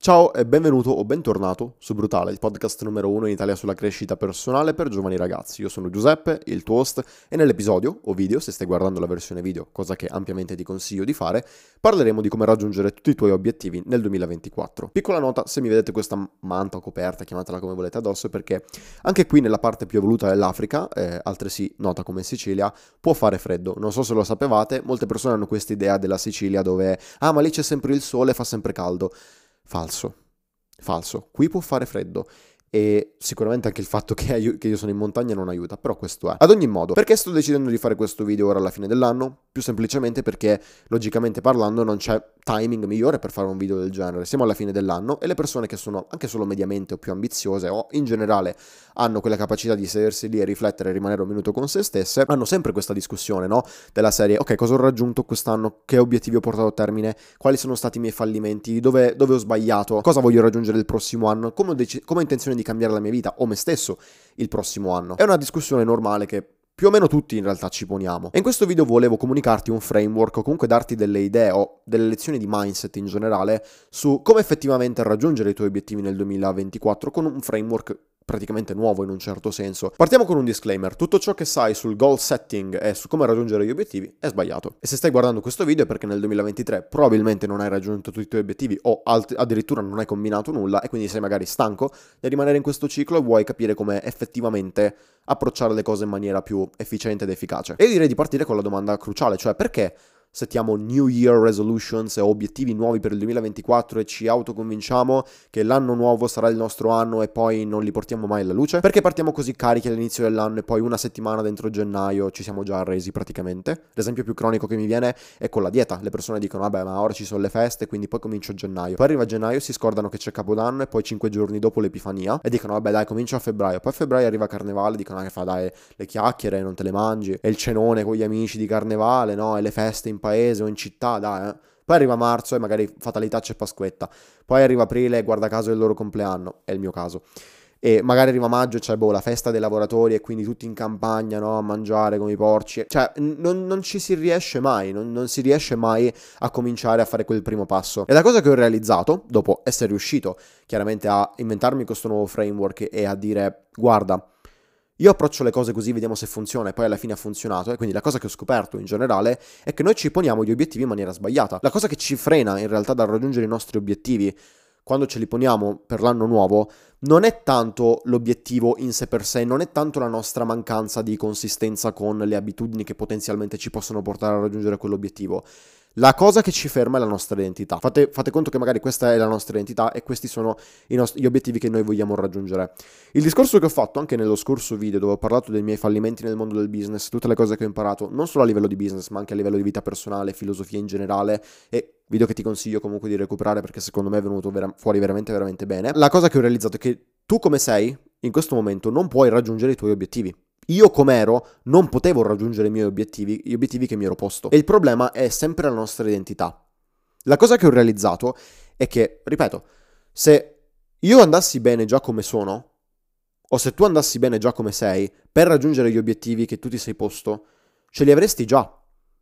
Ciao e benvenuto o bentornato su Brutale, il podcast numero 1 in Italia sulla crescita personale per giovani ragazzi. Io sono Giuseppe, il tuo host, e nell'episodio o video, se stai guardando la versione video, cosa che ampiamente ti consiglio di fare, parleremo di come raggiungere tutti i tuoi obiettivi nel 2024. Piccola nota, se mi vedete questa manta o coperta, chiamatela come volete addosso, perché anche qui nella parte più evoluta dell'Africa, altresì nota come Sicilia, può fare freddo. Non so se lo sapevate, molte persone hanno questa idea della Sicilia dove, ma lì c'è sempre il sole, fa sempre caldo. Falso. Qui può fare freddo e sicuramente anche il fatto che io sono in montagna non aiuta, però questo è. Ad ogni modo, perché sto decidendo di fare questo video ora alla fine dell'anno? Più semplicemente perché, logicamente parlando, non c'è timing migliore per fare un video del genere. Siamo alla fine dell'anno e le persone che sono anche solo mediamente o più ambiziose o in generale hanno quella capacità di sedersi lì e riflettere e rimanere un minuto con se stesse, hanno sempre questa discussione, no? Della serie, ok, cosa ho raggiunto quest'anno? Che obiettivi ho portato a termine? Quali sono stati i miei fallimenti? Dove ho sbagliato? Cosa voglio raggiungere il prossimo anno? Come ho intenzione di cambiare la mia vita o me stesso il prossimo anno? È una discussione normale che più o meno tutti in realtà ci poniamo. E in questo video volevo comunicarti un framework o comunque darti delle idee o delle lezioni di mindset in generale su come effettivamente raggiungere i tuoi obiettivi nel 2024 con un framework praticamente nuovo in un certo senso. Partiamo con un disclaimer: tutto ciò che sai sul goal setting e su come raggiungere gli obiettivi è sbagliato. E se stai guardando questo video è perché nel 2023 probabilmente non hai raggiunto tutti i tuoi obiettivi o addirittura non hai combinato nulla e quindi sei magari stanco di rimanere in questo ciclo e vuoi capire come effettivamente approcciare le cose in maniera più efficiente ed efficace. E io direi di partire con la domanda cruciale, cioè perché settiamo New Year Resolutions e obiettivi nuovi per il 2024 e ci autoconvinciamo che l'anno nuovo sarà il nostro anno e poi non li portiamo mai alla luce? Perché partiamo così carichi all'inizio dell'anno e poi una settimana dentro gennaio ci siamo già arresi praticamente? L'esempio più cronico che mi viene è con la dieta. Le persone dicono, vabbè, ma ora ci sono le feste, quindi poi comincio a gennaio. Poi arriva gennaio, si scordano che c'è Capodanno e poi 5 giorni dopo l'Epifania e dicono, vabbè dai, comincio a febbraio. Poi a febbraio arriva Carnevale, dicono, che fa dai, le chiacchiere, non te le mangi. E il cenone con gli amici di Carnevale, no? E le feste in paese o in città, dai. Poi arriva marzo e magari fatalità c'è Pasquetta. Poi arriva aprile e guarda caso è il loro compleanno, è il mio caso. E magari arriva maggio e c'è la festa dei lavoratori e quindi tutti in campagna, no, a mangiare come i porci. Cioè, non ci si riesce mai, non si riesce mai a cominciare a fare quel primo passo. E la cosa che ho realizzato, dopo essere riuscito chiaramente a inventarmi questo nuovo framework e a dire, guarda, io approccio le cose così, vediamo se funziona e poi alla fine ha funzionato. E quindi la cosa che ho scoperto in generale è che noi ci poniamo gli obiettivi in maniera sbagliata. La cosa che ci frena in realtà dal raggiungere i nostri obiettivi quando ce li poniamo per l'anno nuovo non è tanto l'obiettivo in sé per sé, non è tanto la nostra mancanza di consistenza con le abitudini che potenzialmente ci possono portare a raggiungere quell'obiettivo. La cosa che ci ferma è la nostra identità. Fate conto che magari questa è la nostra identità e questi sono gli obiettivi che noi vogliamo raggiungere. Il discorso che ho fatto anche nello scorso video, dove ho parlato dei miei fallimenti nel mondo del business, tutte le cose che ho imparato, non solo a livello di business, ma anche a livello di vita personale, filosofia in generale, e video che ti consiglio comunque di recuperare perché secondo me è venuto fuori veramente veramente bene. La cosa che ho realizzato è che tu come sei, in questo momento, non puoi raggiungere i tuoi obiettivi. Io com'ero non potevo raggiungere i miei obiettivi, gli obiettivi che mi ero posto. E il problema è sempre la nostra identità. La cosa che ho realizzato è che, ripeto, se io andassi bene già come sono, o se tu andassi bene già come sei, per raggiungere gli obiettivi che tu ti sei posto, ce li avresti già.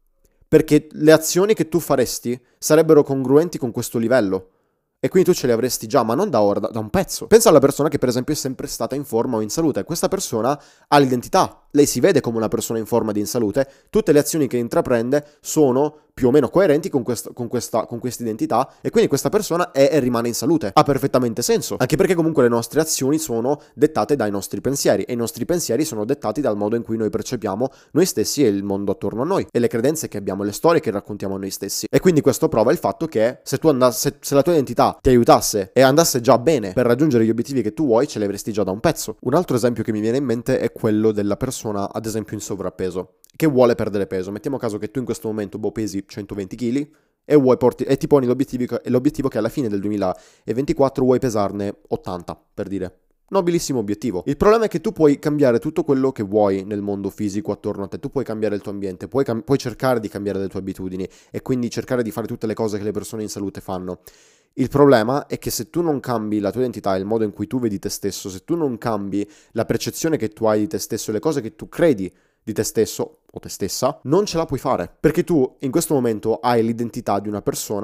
Perché le azioni che tu faresti sarebbero congruenti con questo livello. E quindi tu ce le avresti già, ma non da ora, da un pezzo. Pensa alla persona che per esempio è sempre stata in forma o in salute. Questa persona ha l'identità, lei si vede come una persona in forma ed in salute, tutte le azioni che intraprende sono più o meno coerenti con questa identità e quindi questa persona è e rimane in salute. Ha perfettamente senso, anche perché comunque le nostre azioni sono dettate dai nostri pensieri e i nostri pensieri sono dettati dal modo in cui noi percepiamo noi stessi e il mondo attorno a noi e le credenze che abbiamo, le storie che raccontiamo a noi stessi. E quindi questo prova il fatto che se la tua identità ti aiutasse e andasse già bene per raggiungere gli obiettivi che tu vuoi, ce li avresti già da un pezzo. Un altro esempio che mi viene in mente è quello della persona, ad esempio in sovrappeso, che vuole perdere peso. Mettiamo caso che tu in questo momento pesi 120 kg e ti poni l'obiettivo che alla fine del 2024 vuoi pesarne 80, per dire. Nobilissimo obiettivo. Il problema è che tu puoi cambiare tutto quello che vuoi nel mondo fisico attorno a te, tu puoi cambiare il tuo ambiente, puoi cercare di cambiare le tue abitudini e quindi cercare di fare tutte le cose che le persone in salute fanno. Il problema è che se tu non cambi la tua identità, il modo in cui tu vedi te stesso, se tu non cambi la percezione che tu hai di te stesso e le cose che tu credi di te stesso o te stessa, non ce la puoi fare. Perché tu in questo momento hai l'identità di una persona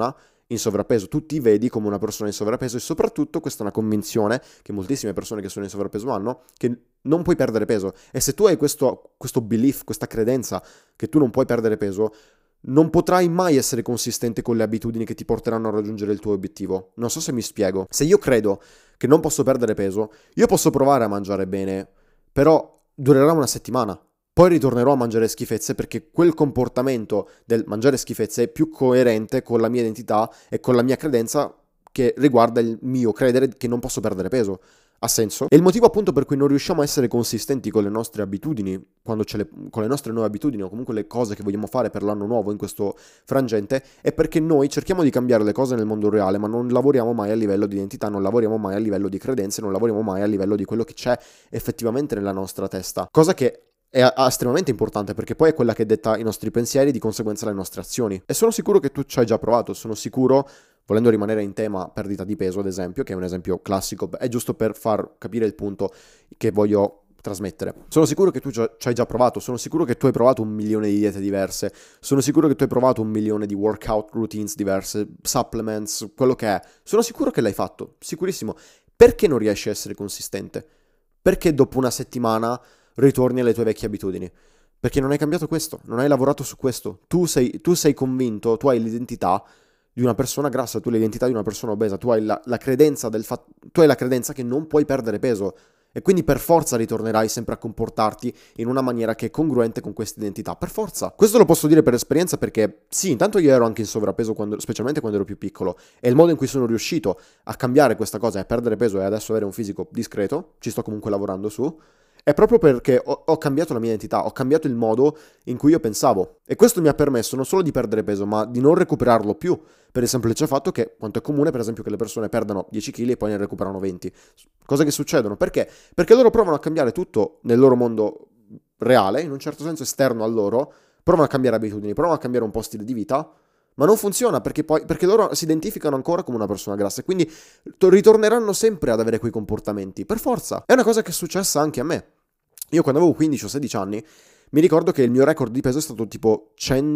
in sovrappeso, tu ti vedi come una persona in sovrappeso e soprattutto questa è una convinzione che moltissime persone che sono in sovrappeso hanno, che non puoi perdere peso. E se tu hai questo belief, questa credenza che tu non puoi perdere peso, non potrai mai essere consistente con le abitudini che ti porteranno a raggiungere il tuo obiettivo. Non so se mi spiego. Se io credo che non posso perdere peso, io posso provare a mangiare bene, però durerà una settimana. Poi ritornerò a mangiare schifezze perché quel comportamento del mangiare schifezze è più coerente con la mia identità e con la mia credenza che riguarda il mio credere che non posso perdere peso. Ha senso? E il motivo appunto per cui non riusciamo a essere consistenti con le nostre abitudini, con le nostre nuove abitudini o comunque le cose che vogliamo fare per l'anno nuovo in questo frangente, è perché noi cerchiamo di cambiare le cose nel mondo reale, ma non lavoriamo mai a livello di identità, non lavoriamo mai a livello di credenze, non lavoriamo mai a livello di quello che c'è effettivamente nella nostra testa. Cosa che è estremamente importante perché poi è quella che detta i nostri pensieri e di conseguenza le nostre azioni. E sono sicuro che tu ci hai già provato, sono sicuro, volendo rimanere in tema perdita di peso ad esempio, che è un esempio classico, è giusto per far capire il punto che voglio trasmettere. Sono sicuro che tu ci hai già provato, sono sicuro che tu hai provato 1 milione di diete diverse, sono sicuro che tu hai provato 1 milione di workout routines diverse, supplements, quello che è. Sono sicuro che l'hai fatto, sicurissimo. Perché non riesci a essere consistente? Perché dopo una settimana ritorni alle tue vecchie abitudini? Perché non hai cambiato questo, non hai lavorato su questo. Tu sei convinto, tu hai l'identità di una persona grassa, tu hai l'identità di una persona obesa, tu hai la credenza tu hai la credenza che non puoi perdere peso e quindi per forza ritornerai sempre a comportarti in una maniera che è congruente con questa identità, per forza. Questo lo posso dire per esperienza perché sì, intanto io ero anche in sovrappeso specialmente quando ero più piccolo e il modo in cui sono riuscito a cambiare questa cosa e a perdere peso e adesso avere un fisico discreto, ci sto comunque lavorando su, è proprio perché ho cambiato la mia identità, ho cambiato il modo in cui io pensavo. E questo mi ha permesso non solo di perdere peso, ma di non recuperarlo più. Per il semplice fatto che, quanto è comune, per esempio, che le persone perdano 10 kg e poi ne recuperano 20. Cose che succedono. Perché? Perché loro provano a cambiare tutto nel loro mondo reale, in un certo senso esterno a loro, provano a cambiare abitudini, provano a cambiare un po' stile di vita, ma non funziona perché loro si identificano ancora come una persona grassa e quindi ritorneranno sempre ad avere quei comportamenti, per forza. È una cosa che è successa anche a me. Io quando avevo 15 o 16 anni mi ricordo che il mio record di peso è stato tipo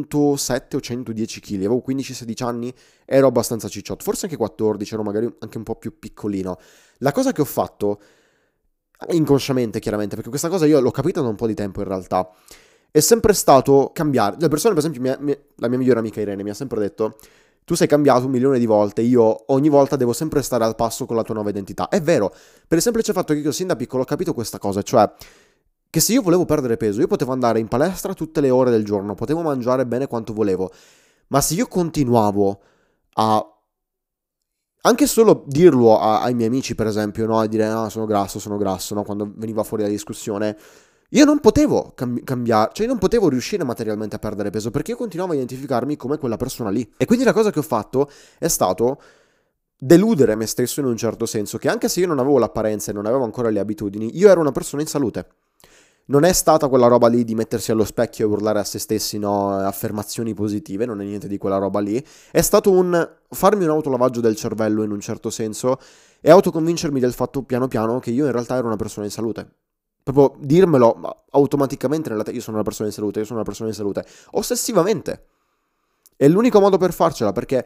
107 o 110 kg, avevo 15-16 anni, ero abbastanza cicciotto, forse anche 14, ero magari anche un po' più piccolino. La cosa che ho fatto, inconsciamente chiaramente, perché questa cosa io l'ho capita da un po' di tempo in realtà, è sempre stato cambiare. Le persone, per esempio, la mia migliore amica Irene mi ha sempre detto: tu sei cambiato 1 milione di volte, io ogni volta devo sempre stare al passo con la tua nuova identità. È vero, per il semplice fatto che io sin da piccolo ho capito questa cosa, cioè che se io volevo perdere peso, io potevo andare in palestra tutte le ore del giorno, potevo mangiare bene quanto volevo, ma se io continuavo a anche solo dirlo ai miei amici, per esempio, no? A dire, ah, sono grasso, no? Quando veniva fuori la discussione, io non potevo cambiare, cioè io non potevo riuscire materialmente a perdere peso perché io continuavo a identificarmi come quella persona lì. E quindi la cosa che ho fatto è stato deludere me stesso in un certo senso, che anche se io non avevo l'apparenza e non avevo ancora le abitudini, io ero una persona in salute. Non è stata quella roba lì di mettersi allo specchio e urlare a se stessi, no, affermazioni positive, non è niente di quella roba lì. È stato farmi un autolavaggio del cervello in un certo senso e autoconvincermi del fatto piano piano che io in realtà ero una persona in salute. Proprio dirmelo automaticamente nella testa, io sono una persona in salute, io sono una persona in salute, ossessivamente. È l'unico modo per farcela, perché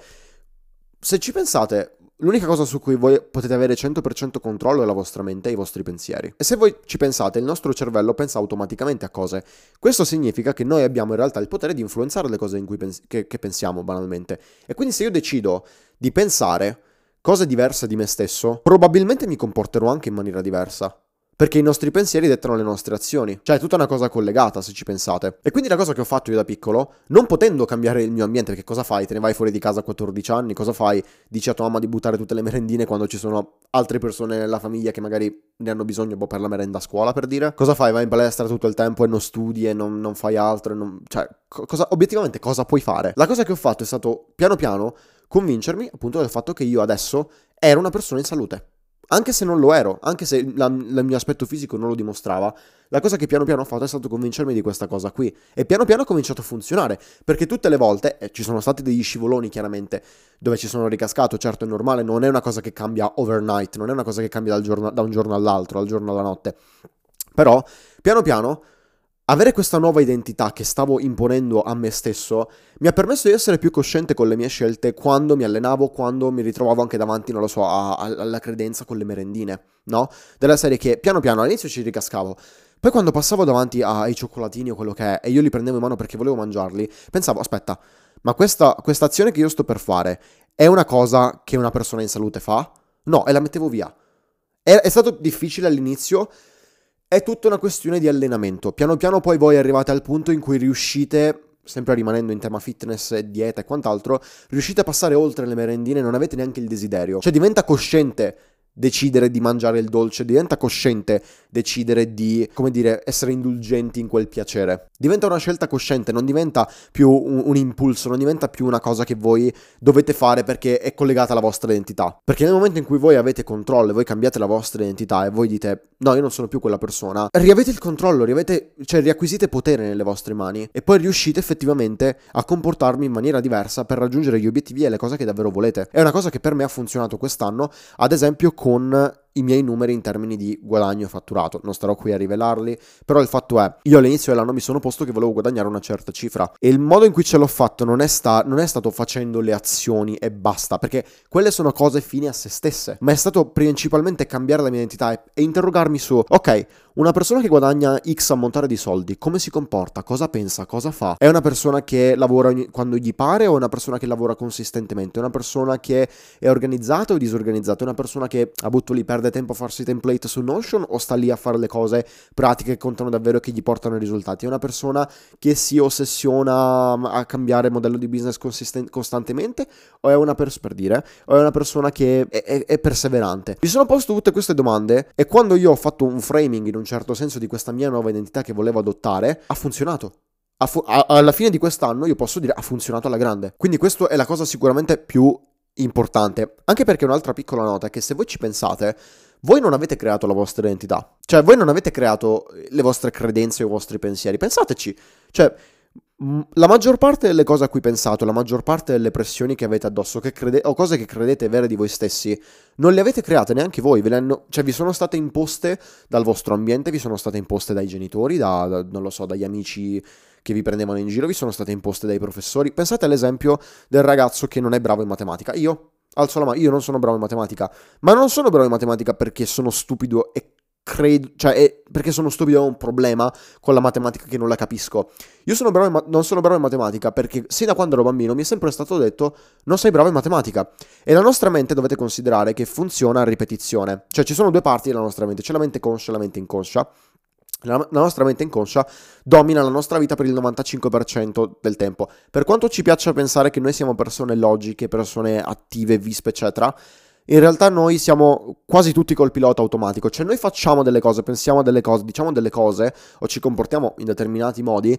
se ci pensate, l'unica cosa su cui voi potete avere 100% controllo è la vostra mente e i vostri pensieri. E se voi ci pensate, il nostro cervello pensa automaticamente a cose. Questo significa che noi abbiamo in realtà il potere di influenzare le cose in cui che pensiamo banalmente. E quindi se io decido di pensare cose diverse di me stesso, probabilmente mi comporterò anche in maniera diversa. Perché i nostri pensieri dettano le nostre azioni. Cioè è tutta una cosa collegata, se ci pensate. E quindi la cosa che ho fatto io da piccolo, non potendo cambiare il mio ambiente, perché cosa fai? Te ne vai fuori di casa a 14 anni? Cosa fai? Dici a tua mamma di buttare tutte le merendine quando ci sono altre persone nella famiglia che magari ne hanno bisogno per la merenda a scuola, per dire? Cosa fai? Vai in palestra tutto il tempo e non studi e non fai altro? Cioè, obiettivamente cosa puoi fare? La cosa che ho fatto è stato, piano piano, convincermi appunto del fatto che io adesso ero una persona in salute. Anche se non lo ero, anche se il mio aspetto fisico non lo dimostrava, la cosa che piano piano ho fatto è stato convincermi di questa cosa qui. E piano piano ha cominciato a funzionare, perché tutte le volte, ci sono stati degli scivoloni chiaramente, dove ci sono ricascato, certo è normale, non è una cosa che cambia overnight, non è una cosa che cambia da un giorno all'altro, dal giorno alla notte. Però, piano piano, Avere questa nuova identità che stavo imponendo a me stesso mi ha permesso di essere più cosciente con le mie scelte quando mi allenavo, quando mi ritrovavo anche davanti, non lo so, alla credenza con le merendine, no? Della serie che piano piano all'inizio ci ricascavo, poi quando passavo davanti ai cioccolatini o quello che è e io li prendevo in mano perché volevo mangiarli, pensavo, aspetta, ma questa azione che io sto per fare è una cosa che una persona in salute fa? No, e la mettevo via. È stato difficile all'inizio. È tutta una questione di allenamento. Piano piano poi voi arrivate al punto in cui riuscite, sempre rimanendo in tema fitness, dieta e quant'altro, riuscite a passare oltre le merendine e non avete neanche il desiderio. Cioè diventa cosciente decidere di mangiare il dolce, diventa cosciente decidere di, come dire, essere indulgenti in quel piacere. Diventa una scelta cosciente, non diventa più un impulso, non diventa più una cosa che voi dovete fare perché è collegata alla vostra identità. Perché nel momento in cui voi avete controllo, voi cambiate la vostra identità e voi dite no, io non sono più quella persona, riavete il controllo, cioè riacquisite potere nelle vostre mani e poi riuscite effettivamente a comportarvi in maniera diversa per raggiungere gli obiettivi e le cose che davvero volete. È una cosa che per me ha funzionato quest'anno, ad esempio con i miei numeri in termini di guadagno e fatturato. Non starò qui a rivelarli, però il fatto è, io all'inizio dell'anno mi sono posto che volevo guadagnare una certa cifra e il modo in cui ce l'ho fatto non è stato facendo le azioni e basta, perché quelle sono cose fini a se stesse, ma è stato principalmente cambiare la mia identità e interrogarmi su, ok, una persona che guadagna X ammontare di soldi, come si comporta, cosa pensa, cosa fa? È una persona che lavora quando gli pare o è una persona che lavora consistentemente? È una persona che è organizzata o disorganizzata? È una persona che a butto lì perde tempo a farsi template su Notion o sta lì a fare le cose pratiche che contano davvero e che gli portano risultati? È una persona che si ossessiona a cambiare modello di business costantemente o è una o è una persona che è perseverante? Mi sono posto tutte queste domande e quando io ho fatto un framing in un certo senso di questa mia nuova identità che volevo adottare, ha funzionato. Alla fine di quest'anno io posso dire ha funzionato alla grande. Quindi questa è la cosa sicuramente più importante. Anche perché un'altra piccola nota è che se voi ci pensate, voi non avete creato la vostra identità. Cioè voi non avete creato le vostre credenze o i vostri pensieri. Pensateci. Cioè la maggior parte delle cose a cui pensate, la maggior parte delle pressioni che avete addosso o cose che credete vere di voi stessi, non le avete create neanche voi, cioè vi sono state imposte dal vostro ambiente, vi sono state imposte dai genitori, non lo so, dagli amici che vi prendevano in giro, vi sono state imposte dai professori. Pensate all'esempio del ragazzo che non è bravo in matematica. Io alzo la mano, io non sono bravo in matematica, ma non sono bravo in matematica perché sono stupido e perché sono stupido e ho un problema con la matematica che non la capisco. Io non sono bravo in matematica perché sin da quando ero bambino mi è sempre stato detto non sei bravo in matematica. E la nostra mente dovete considerare che funziona a ripetizione. Cioè ci sono due parti della nostra mente, c'è la mente conscia e la mente inconscia. La nostra mente inconscia domina la nostra vita per il 95% del tempo. Per quanto ci piaccia pensare che noi siamo persone logiche, persone attive, vispe, eccetera, in realtà noi siamo quasi tutti col pilota automatico, cioè noi facciamo delle cose, pensiamo a delle cose, diciamo delle cose o ci comportiamo in determinati modi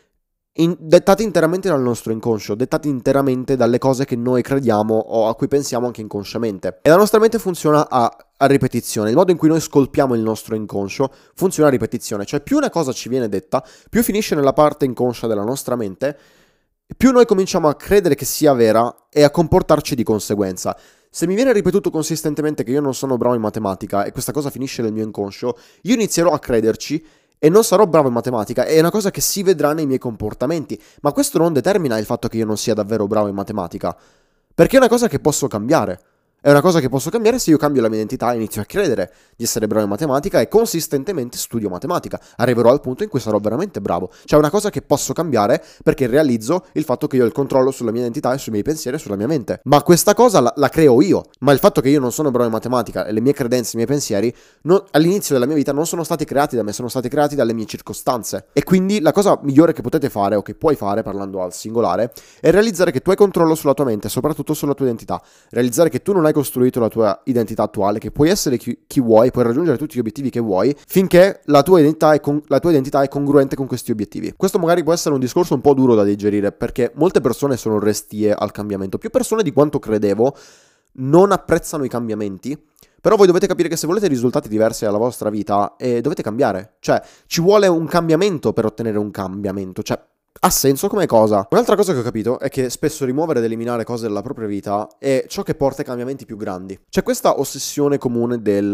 dettati interamente dal nostro inconscio, dettati interamente dalle cose che noi crediamo o a cui pensiamo anche inconsciamente. E la nostra mente funziona a ripetizione, il modo in cui noi scolpiamo il nostro inconscio funziona a ripetizione, cioè più una cosa ci viene detta, più finisce nella parte inconscia della nostra mente, più noi cominciamo a credere che sia vera e a comportarci di conseguenza. Se mi viene ripetuto consistentemente che io non sono bravo in matematica e questa cosa finisce nel mio inconscio, io inizierò a crederci e non sarò bravo in matematica. È una cosa che si vedrà nei miei comportamenti, ma questo non determina il fatto che io non sia davvero bravo in matematica, perché è una cosa che posso cambiare. È una cosa che posso cambiare se io cambio la mia identità e inizio a credere di essere bravo in matematica e consistentemente studio matematica. Arriverò al punto in cui sarò veramente bravo. Cioè è una cosa che posso cambiare perché realizzo il fatto che io ho il controllo sulla mia identità e sui miei pensieri e sulla mia mente. Ma questa cosa la creo io. Ma il fatto che io non sono bravo in matematica e le mie credenze, i miei pensieri, all'inizio della mia vita non sono stati creati da me, sono stati creati dalle mie circostanze. E quindi la cosa migliore che potete fare o che puoi fare, parlando al singolare, è realizzare che tu hai controllo sulla tua mente e soprattutto sulla tua identità. Realizzare che tu non hai costruito la tua identità attuale, che puoi essere chi vuoi, puoi raggiungere tutti gli obiettivi che vuoi, finché la tua identità è congruente con questi obiettivi. Questo magari può essere un discorso un po' duro da digerire, perché molte persone sono restie al cambiamento. Più persone di quanto credevo non apprezzano i cambiamenti, però voi dovete capire che se volete risultati diversi alla vostra vita, dovete cambiare. Cioè, ci vuole un cambiamento per ottenere un cambiamento. Cioè, ha senso come cosa. Un'altra cosa che ho capito è che spesso rimuovere ed eliminare cose dalla propria vita è ciò che porta ai cambiamenti più grandi. C'è questa ossessione comune del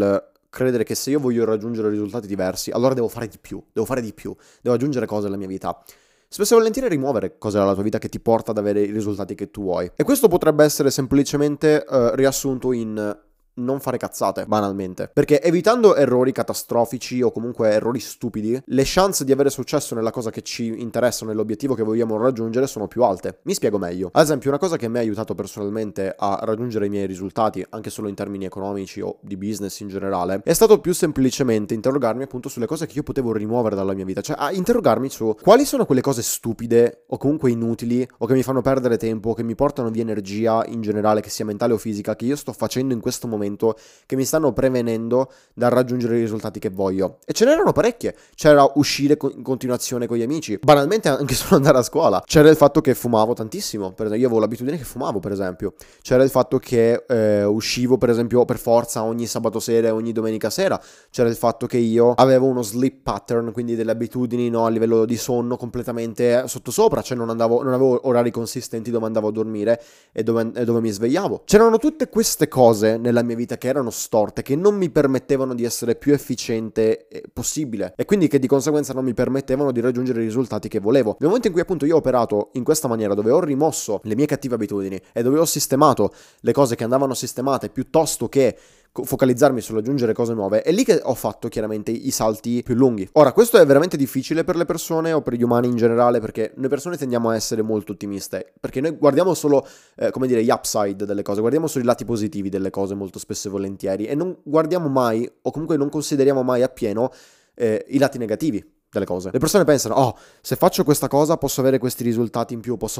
credere che se io voglio raggiungere risultati diversi, allora devo fare di più, devo aggiungere cose alla mia vita. Spesso e volentieri rimuovere cose dalla tua vita che ti porta ad avere i risultati che tu vuoi. E questo potrebbe essere semplicemente riassunto in non fare cazzate, banalmente. Perché evitando errori catastrofici o comunque errori stupidi, le chance di avere successo nella cosa che ci interessa, nell'obiettivo che vogliamo raggiungere, sono più alte. Mi spiego meglio. Ad esempio, una cosa che mi ha aiutato personalmente a raggiungere i miei risultati, anche solo in termini economici o di business in generale, è stato più semplicemente interrogarmi appunto sulle cose che io potevo rimuovere dalla mia vita. Cioè, a interrogarmi su quali sono quelle cose stupide o comunque inutili o che mi fanno perdere tempo, che mi portano via energia in generale, che sia mentale o fisica, che io sto facendo in questo momento, che mi stanno prevenendo dal raggiungere i risultati che voglio. E ce n'erano parecchie. C'era uscire in continuazione con gli amici, banalmente anche solo andare a scuola. C'era il fatto che fumavo tantissimo, per esempio. Io avevo l'abitudine che fumavo, per esempio. C'era il fatto che uscivo, per esempio, per forza ogni sabato sera e ogni domenica sera. C'era il fatto che io avevo uno sleep pattern, quindi delle abitudini, no, a livello di sonno completamente sottosopra, cioè non avevo orari consistenti dove andavo a dormire e dove mi svegliavo. C'erano tutte queste cose nella mia vita che erano storte, che non mi permettevano di essere più efficiente possibile e quindi che di conseguenza non mi permettevano di raggiungere i risultati che volevo. Nel momento in cui appunto io ho operato in questa maniera, dove ho rimosso le mie cattive abitudini e dove ho sistemato le cose che andavano sistemate piuttosto che focalizzarmi sull'aggiungere cose nuove, è lì che ho fatto chiaramente i salti più lunghi. Ora, questo è veramente difficile per le persone o per gli umani in generale, perché noi persone tendiamo a essere molto ottimiste, perché noi guardiamo solo, come dire, gli upside delle cose, guardiamo solo i lati positivi delle cose molto spesso e volentieri e non guardiamo mai, o comunque non consideriamo mai appieno i lati negativi delle cose. Le persone pensano, oh, se faccio questa cosa posso avere questi risultati in più, posso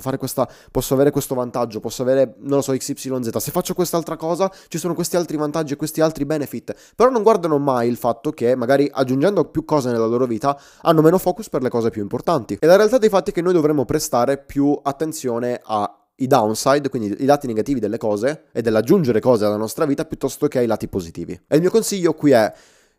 avere questo vantaggio, posso avere, non lo so, XYZ. Se faccio quest'altra cosa ci sono questi altri vantaggi e questi altri benefit. Però non guardano mai il fatto che magari aggiungendo più cose nella loro vita hanno meno focus per le cose più importanti. E la realtà dei fatti è che noi dovremmo prestare più attenzione ai downside, quindi i lati negativi delle cose e dell'aggiungere cose alla nostra vita piuttosto che ai lati positivi. E il mio consiglio qui è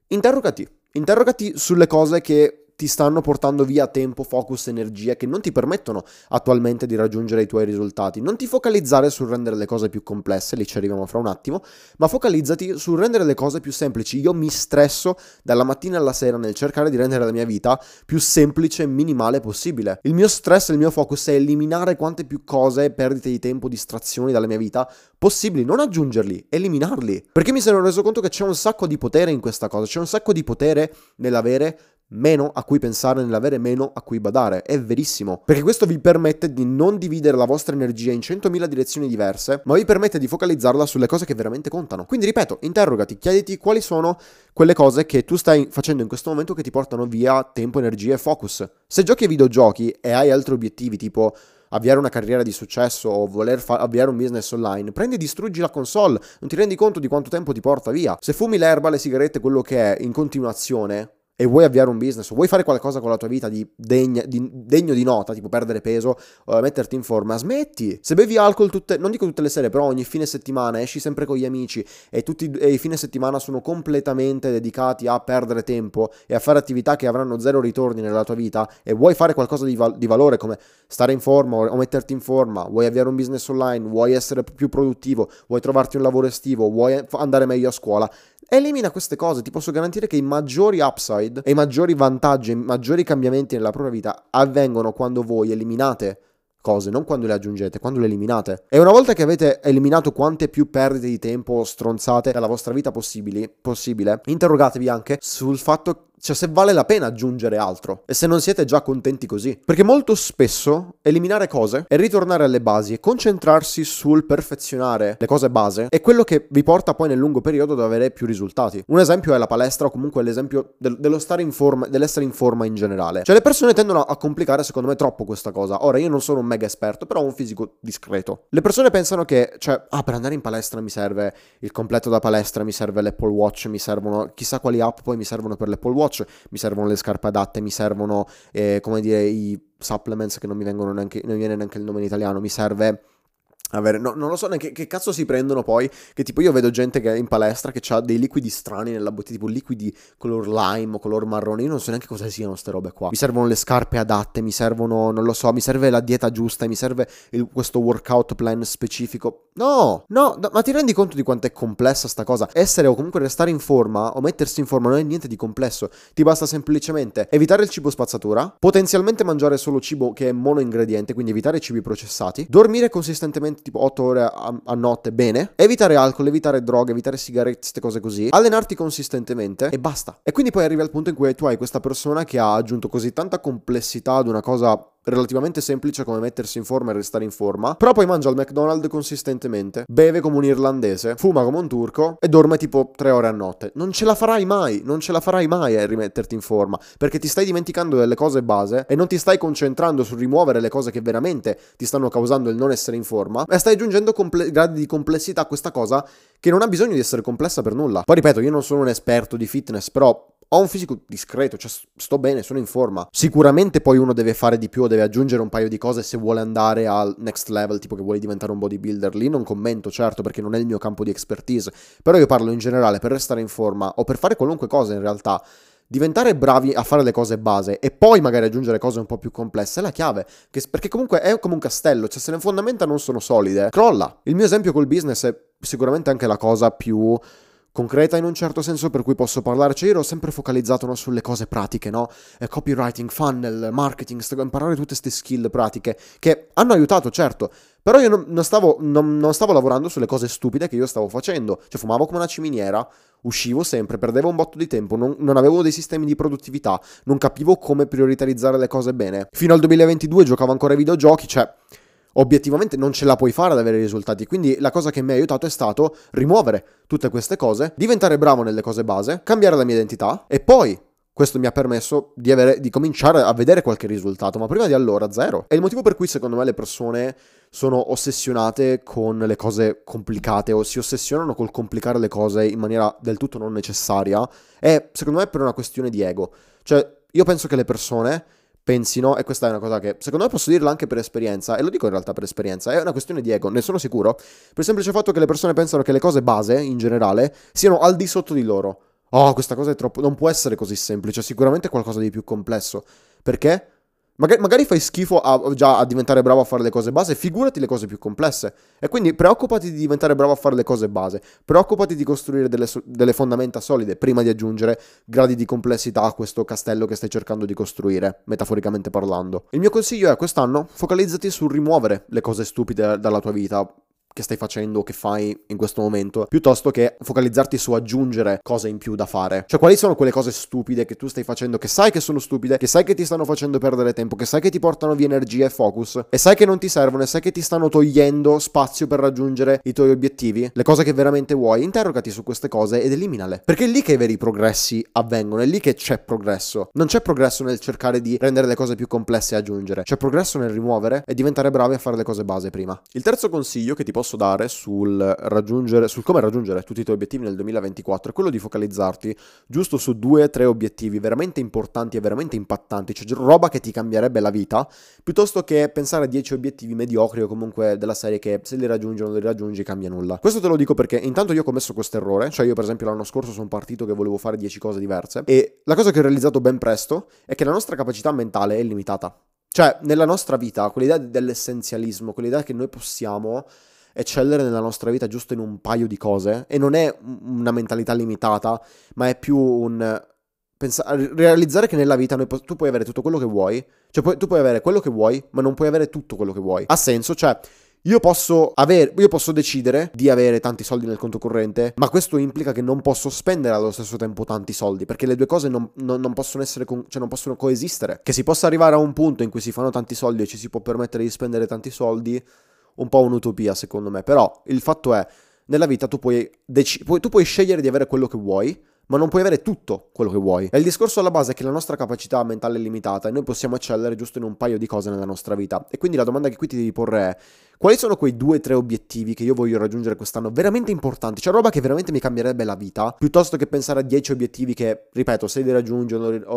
interrogati sulle cose che ti stanno portando via tempo, focus, energia che non ti permettono attualmente di raggiungere i tuoi risultati. Non ti focalizzare sul rendere le cose più complesse, lì ci arriviamo fra un attimo, ma focalizzati sul rendere le cose più semplici. Io mi stresso dalla mattina alla sera nel cercare di rendere la mia vita più semplice e minimale possibile. Il mio stress e il mio focus è eliminare quante più cose, perdite di tempo, distrazioni dalla mia vita possibili, non aggiungerli, eliminarli. Perché mi sono reso conto che c'è un sacco di potere in questa cosa, c'è un sacco di potere nell'avere meno a cui pensare, nell'avere meno a cui badare. È verissimo, perché questo vi permette di non dividere la vostra energia in 100.000 direzioni diverse, ma vi permette di focalizzarla sulle cose che veramente contano. Quindi ripeto, interrogati, chiediti quali sono quelle cose che tu stai facendo in questo momento che ti portano via tempo, energia e focus. Se giochi ai videogiochi e hai altri obiettivi tipo avviare una carriera di successo o voler avviare un business online, prendi e distruggi la console, non ti rendi conto di quanto tempo ti porta via. Se fumi l'erba, le sigarette, quello che è in continuazione e vuoi avviare un business o vuoi fare qualcosa con la tua vita degno di nota, tipo perdere peso o metterti in forma, smetti. Se bevi alcol non dico tutte le sere, però ogni fine settimana esci sempre con gli amici e i fine settimana sono completamente dedicati a perdere tempo e a fare attività che avranno zero ritorni nella tua vita e vuoi fare qualcosa di valore come stare in forma o metterti in forma, vuoi avviare un business online, vuoi essere più produttivo, vuoi trovarti un lavoro estivo, vuoi andare meglio a scuola, elimina queste cose. Ti posso garantire che i maggiori upside e i maggiori vantaggi, i maggiori cambiamenti nella propria vita avvengono quando voi eliminate cose, non quando le aggiungete, quando le eliminate. E una volta che avete eliminato quante più perdite di tempo stronzate dalla vostra vita possibile, interrogatevi anche sul fatto, cioè, se vale la pena aggiungere altro e se non siete già contenti così. Perché molto spesso eliminare cose e ritornare alle basi e concentrarsi sul perfezionare le cose base è quello che vi porta poi nel lungo periodo ad avere più risultati. Un esempio è la palestra o comunque l'esempio dello stare in forma, dell'essere in forma in generale. Cioè le persone tendono a complicare secondo me troppo questa cosa. Ora io non sono un mega esperto, però ho un fisico discreto. Le persone pensano che, cioè, per andare in palestra mi serve il completo da palestra, mi serve l'Apple Watch, mi servono chissà quali app poi mi servono per l'Apple Watch, mi servono le scarpe adatte, mi servono come dire i supplements che non mi viene neanche il nome in italiano, mi serve avere, no, non lo so neanche che cazzo si prendono poi, che tipo io vedo gente che è in palestra che ha dei liquidi strani nella bottiglia, tipo liquidi color lime o color marrone, io non so neanche cosa siano ste robe qua. Mi servono le scarpe adatte, mi servono, non lo so, mi serve la dieta giusta, mi serve questo workout plan specifico. No, ma ti rendi conto di quanto è complessa sta cosa? Essere o comunque restare in forma o mettersi in forma non è niente di complesso, ti basta semplicemente evitare il cibo spazzatura, potenzialmente mangiare solo cibo che è monoingrediente, quindi evitare cibi processati, dormire consistentemente tipo 8 ore a notte bene, evitare alcol, evitare droghe, evitare sigarette, queste cose così, allenarti consistentemente e basta. E quindi poi arrivi al punto in cui tu hai questa persona che ha aggiunto così tanta complessità ad una cosa relativamente semplice come mettersi in forma e restare in forma, però poi mangia al McDonald's consistentemente, beve come un irlandese, fuma come un turco e dorme tipo 3 ore a notte. Non ce la farai mai a rimetterti in forma, perché ti stai dimenticando delle cose base e non ti stai concentrando sul rimuovere le cose che veramente ti stanno causando il non essere in forma e stai aggiungendo gradi di complessità a questa cosa che non ha bisogno di essere complessa per nulla. Poi ripeto, io non sono un esperto di fitness, però ho un fisico discreto, cioè sto bene, sono in forma. Sicuramente poi uno deve fare di più, deve aggiungere un paio di cose se vuole andare al next level, tipo che vuole diventare un bodybuilder. Lì non commento, certo, perché non è il mio campo di expertise. Però io parlo in generale, per restare in forma o per fare qualunque cosa in realtà. Diventare bravi a fare le cose base e poi magari aggiungere cose un po' più complesse è la chiave, perché comunque è come un castello, cioè se le fondamenta non sono solide, crolla. Il mio esempio col business è sicuramente anche la cosa più concreta in un certo senso per cui posso parlare, cioè io ero sempre focalizzato no, sulle cose pratiche, no? Copywriting, funnel, marketing, imparare tutte queste skill pratiche che hanno aiutato, certo, però io non stavo lavorando sulle cose stupide che io stavo facendo, cioè fumavo come una ciminiera, uscivo sempre, perdevo un botto di tempo, non avevo dei sistemi di produttività, non capivo come prioritarizzare le cose bene. Fino al 2022 giocavo ancora ai videogiochi, cioè obiettivamente non ce la puoi fare ad avere risultati, quindi la cosa che mi ha aiutato è stato rimuovere tutte queste cose, diventare bravo nelle cose base, cambiare la mia identità e poi questo mi ha permesso di cominciare a vedere qualche risultato, ma prima di allora zero. È il motivo per cui secondo me le persone sono ossessionate con le cose complicate o si ossessionano col complicare le cose in maniera del tutto non necessaria, è secondo me per una questione di ego. Cioè io penso che le persone pensino, e questa è una cosa che secondo me posso dirla anche per esperienza, e lo dico in realtà per esperienza, è una questione di ego, ne sono sicuro, per il semplice fatto che le persone pensano che le cose base, in generale, siano al di sotto di loro. Oh, questa cosa è troppo, non può essere così semplice, sicuramente è qualcosa di più complesso. Perché? Magari fai schifo già a diventare bravo a fare le cose base, figurati le cose più complesse. E quindi preoccupati di diventare bravo a fare le cose base, preoccupati di costruire delle fondamenta solide prima di aggiungere gradi di complessità a questo castello che stai cercando di costruire, metaforicamente parlando. Il mio consiglio è quest'anno focalizzati sul rimuovere le cose stupide dalla tua vita, che stai facendo o che fai in questo momento, piuttosto che focalizzarti su aggiungere cose in più da fare. Cioè, quali sono quelle cose stupide che tu stai facendo, che sai che sono stupide, che sai che ti stanno facendo perdere tempo, che sai che ti portano via energia e focus, e sai che non ti servono, e sai che ti stanno togliendo spazio per raggiungere i tuoi obiettivi, le cose che veramente vuoi. Interrogati su queste cose ed eliminale, perché è lì che i veri progressi avvengono, è lì che c'è progresso. Non c'è progresso nel cercare di rendere le cose più complesse e aggiungere, c'è progresso nel rimuovere e diventare bravi a fare le cose base prima. Il terzo consiglio che ti posso dare sul come raggiungere tutti i tuoi obiettivi nel 2024 è quello di focalizzarti giusto su 2-3 obiettivi veramente importanti e veramente impattanti, cioè roba che ti cambierebbe la vita, piuttosto che pensare a 10 obiettivi mediocri o comunque della serie che se li raggiungi o non li raggiungi cambia nulla. Questo te lo dico perché intanto io ho commesso questo errore, cioè io per esempio l'anno scorso sono partito che volevo fare 10 cose diverse e la cosa che ho realizzato ben presto è che la nostra capacità mentale è limitata. Cioè, nella nostra vita, quell'idea dell'essenzialismo, quell'idea che noi possiamo eccellere nella nostra vita giusto in un paio di cose, e non è una mentalità limitata, ma è più un realizzare che nella vita tu puoi avere tutto quello che vuoi, cioè tu puoi avere quello che vuoi, ma non puoi avere tutto quello che vuoi. Ha senso? Cioè, io posso decidere di avere tanti soldi nel conto corrente, ma questo implica che non posso spendere allo stesso tempo tanti soldi, perché le due cose non possono essere, cioè non possono coesistere. Che si possa arrivare a un punto in cui si fanno tanti soldi e ci si può permettere di spendere tanti soldi, un po' un'utopia secondo me, però il fatto è, nella vita tu puoi scegliere di avere quello che vuoi, ma non puoi avere tutto quello che vuoi. E il discorso alla base è che la nostra capacità mentale è limitata e noi possiamo eccellere giusto in un paio di cose nella nostra vita. E quindi la domanda che qui ti devi porre è: quali sono quei 2-3 obiettivi che io voglio raggiungere quest'anno veramente importanti, cioè roba che veramente mi cambierebbe la vita, piuttosto che pensare a 10 obiettivi che, ripeto, se li raggiungo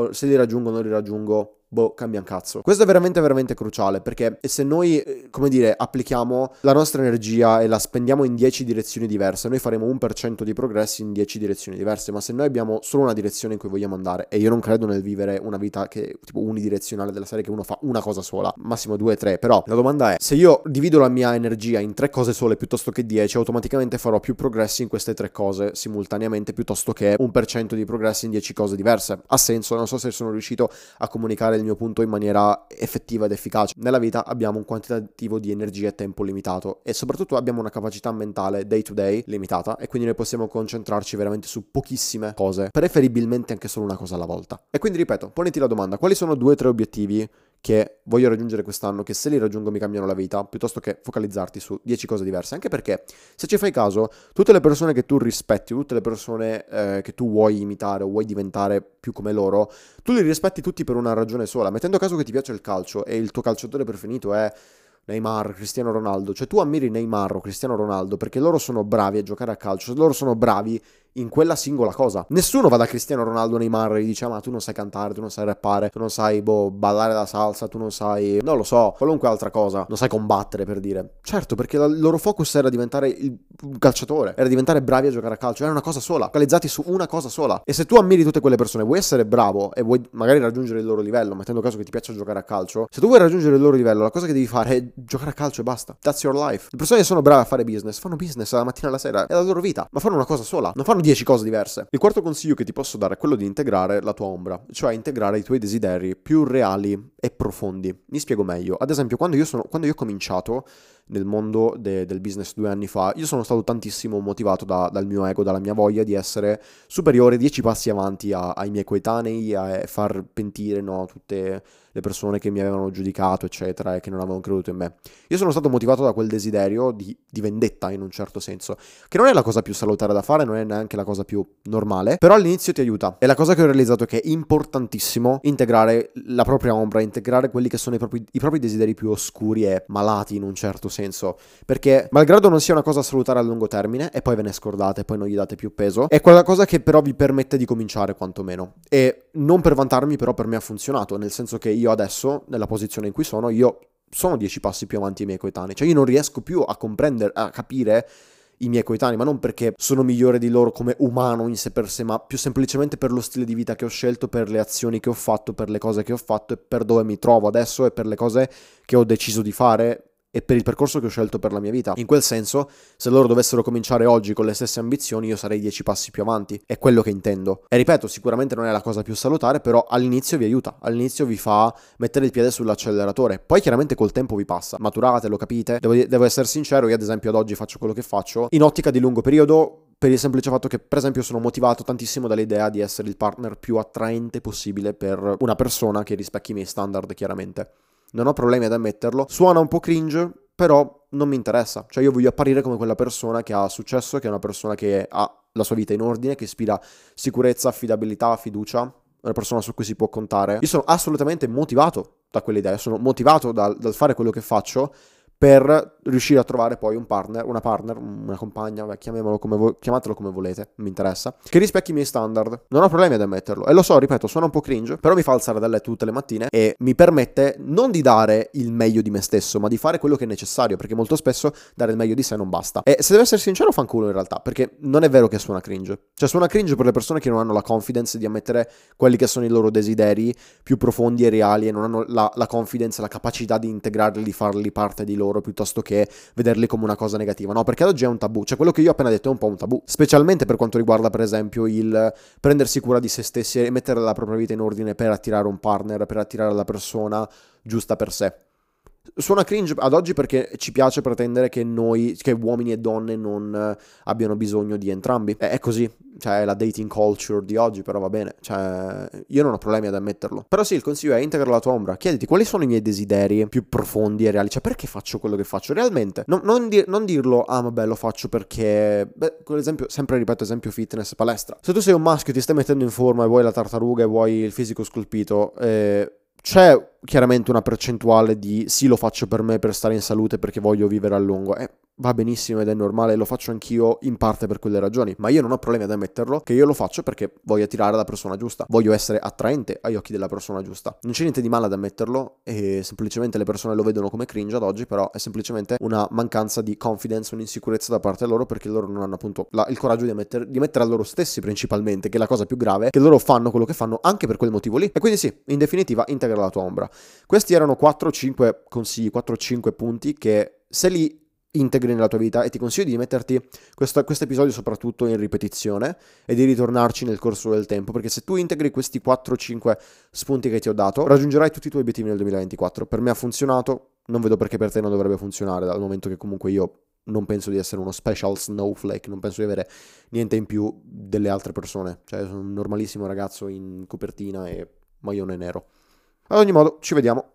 o non li raggiungo, boh, cambia un cazzo. Questo è veramente veramente cruciale, perché se noi, come dire, applichiamo la nostra energia e la spendiamo in 10 direzioni diverse, noi faremo 1% di progressi in 10 direzioni diverse, ma se noi abbiamo solo una direzione in cui vogliamo andare, e io non credo nel vivere una vita che tipo unidirezionale della serie, che uno fa una cosa sola, massimo 2-3, però la domanda è, se io divido la mia energia in 3 cose sole piuttosto che 10, automaticamente farò più progressi in queste 3 cose simultaneamente piuttosto che 1% di progressi in 10 cose diverse. Ha senso? Non so se sono riuscito a comunicare il mio punto in maniera effettiva ed efficace. Nella vita abbiamo un quantitativo di energia e tempo limitato, e soprattutto abbiamo una capacità mentale day to day limitata, e quindi noi possiamo concentrarci veramente su pochissime cose, preferibilmente anche solo una cosa alla volta. E quindi ripeto, poniti la domanda: quali sono 2-3 obiettivi che voglio raggiungere quest'anno, che se li raggiungo mi cambiano la vita, piuttosto che focalizzarti su 10 cose diverse. Anche perché, se ci fai caso, tutte le persone che tu rispetti, tutte le persone che tu vuoi imitare o vuoi diventare più come loro, tu li rispetti tutti per una ragione sola. Mettendo caso che ti piace il calcio e il tuo calciatore preferito è Neymar, Cristiano Ronaldo, cioè tu ammiri Neymar o Cristiano Ronaldo perché loro sono bravi a giocare a calcio, loro sono bravi in quella singola cosa. Nessuno va da Cristiano Ronaldo, Neymar e gli dice: ma tu non sai cantare, tu non sai rappare, tu non sai ballare la salsa, tu non sai, non lo so, qualunque altra cosa, non sai combattere, per dire. Certo, perché il loro focus era diventare il calciatore, era diventare bravi a giocare a calcio, era una cosa sola, focalizzati su una cosa sola. E se tu ammiri tutte quelle persone, vuoi essere bravo e vuoi magari raggiungere il loro livello, mettendo caso che ti piaccia giocare a calcio, se tu vuoi raggiungere il loro livello, la cosa che devi fare è giocare a calcio e basta. That's your life. Le persone che sono brave a fare business fanno business dalla mattina alla sera, è la loro vita, ma fanno una cosa sola, non fanno 10 cose diverse. Il quarto consiglio che ti posso dare è quello di integrare la tua ombra, cioè integrare i tuoi desideri più reali e profondi. Mi spiego meglio. Ad esempio, quando io ho cominciato nel mondo del business 2 anni fa, io sono stato tantissimo motivato dal mio ego, dalla mia voglia di essere superiore 10 passi avanti ai miei coetanei, a far pentire, no, tutte le persone che mi avevano giudicato, eccetera, e che non avevano creduto in me. Io sono stato motivato da quel desiderio di vendetta, in un certo senso, che non è la cosa più salutare da fare, non è neanche la cosa più normale, però all'inizio ti aiuta. E la cosa che ho realizzato è che è importantissimo integrare la propria ombra, integrare quelli che sono i propri desideri più oscuri e malati, in un certo senso, perché malgrado non sia una cosa salutare a lungo termine, e poi ve ne scordate, e poi non gli date più peso, è quella cosa che però vi permette di cominciare quantomeno. E non per vantarmi, però per me ha funzionato, nel senso che io adesso, nella posizione in cui io sono 10 passi più avanti ai miei coetanei, cioè io non riesco più a comprendere, a capire i miei coetanei, ma non perché sono migliore di loro come umano in sé per sé, ma più semplicemente per lo stile di vita che ho scelto, per le azioni che ho fatto, per le cose che ho fatto e per dove mi trovo adesso e per le cose che ho deciso di fare e per il percorso che ho scelto per la mia vita. In quel senso, se loro dovessero cominciare oggi con le stesse ambizioni, io sarei 10 passi più avanti. È quello che intendo. E ripeto, sicuramente non è la cosa più salutare, però all'inizio vi aiuta. All'inizio vi fa mettere il piede sull'acceleratore. Poi chiaramente col tempo vi passa. Maturate, lo capite. Devo essere sincero, io ad esempio ad oggi faccio quello che faccio in ottica di lungo periodo, per il semplice fatto che, per esempio, sono motivato tantissimo dall'idea di essere il partner più attraente possibile per una persona che rispecchi i miei standard, chiaramente. Non ho problemi ad ammetterlo. Suona un po' cringe, però non mi interessa. Cioè io voglio apparire come quella persona che ha successo, che è una persona che ha la sua vita in ordine, che ispira sicurezza, affidabilità, fiducia, una persona su cui si può contare. Io sono assolutamente motivato da quell'idea, sono motivato dal fare quello che faccio per riuscire a trovare poi un partner, una compagna, chiamatelo come volete, non mi interessa, che rispecchi i miei standard. Non ho problemi ad ammetterlo. E lo so, ripeto, suona un po' cringe, però mi fa alzare da letto tutte le mattine e mi permette non di dare il meglio di me stesso, ma di fare quello che è necessario, perché molto spesso dare il meglio di sé non basta. E se devo essere sincero, fanculo in realtà, perché non è vero che suona cringe. Cioè suona cringe per le persone che non hanno la confidence di ammettere quelli che sono i loro desideri più profondi e reali, e non hanno la confidence, la capacità di integrarli, di farli parte di loro, piuttosto che vederli come una cosa negativa. No, perché ad oggi è un tabù. Cioè quello che io ho appena detto è un po' un tabù, specialmente per quanto riguarda per esempio il prendersi cura di se stessi e mettere la propria vita in ordine per attirare un partner, per attirare la persona giusta per sé. Suona cringe ad oggi perché ci piace pretendere che uomini e donne non abbiano bisogno di entrambi. È così, cioè è la dating culture di oggi, però va bene, cioè io non ho problemi ad ammetterlo. Però sì, il consiglio è: integra la tua ombra, chiediti quali sono i miei desideri più profondi e reali, cioè perché faccio quello che faccio realmente. Non dirlo, ah vabbè lo faccio perché, quell'esempio, sempre ripeto, esempio fitness, palestra. Se tu sei un maschio, ti stai mettendo in forma e vuoi la tartaruga e vuoi il fisico scolpito, c'è chiaramente una percentuale di sì, lo faccio per me, per stare in salute, perché voglio vivere a lungo. Va benissimo ed è normale, lo faccio anch'io in parte per quelle ragioni, ma io non ho problemi ad ammetterlo che io lo faccio perché voglio attirare la persona giusta, voglio essere attraente agli occhi della persona giusta. Non c'è niente di male ad ammetterlo e semplicemente le persone lo vedono come cringe ad oggi, però è semplicemente una mancanza di confidence, un'insicurezza da parte loro perché loro non hanno appunto il coraggio di mettere a loro stessi principalmente, che è la cosa più grave, che loro fanno quello che fanno anche per quel motivo lì. E quindi sì, in definitiva, integra la tua ombra. Questi erano 4-5 consigli, 4-5 punti che se li integri nella tua vita, e ti consiglio di metterti questo episodio soprattutto in ripetizione e di ritornarci nel corso del tempo, perché se tu integri questi 4-5 spunti che ti ho dato, raggiungerai tutti i tuoi obiettivi nel 2024. Per me ha funzionato, non vedo perché per te non dovrebbe funzionare, dal momento che comunque io non penso di essere uno special snowflake, non penso di avere niente in più delle altre persone, cioè sono un normalissimo ragazzo in copertina e maglione nero. Ad ogni modo, ci vediamo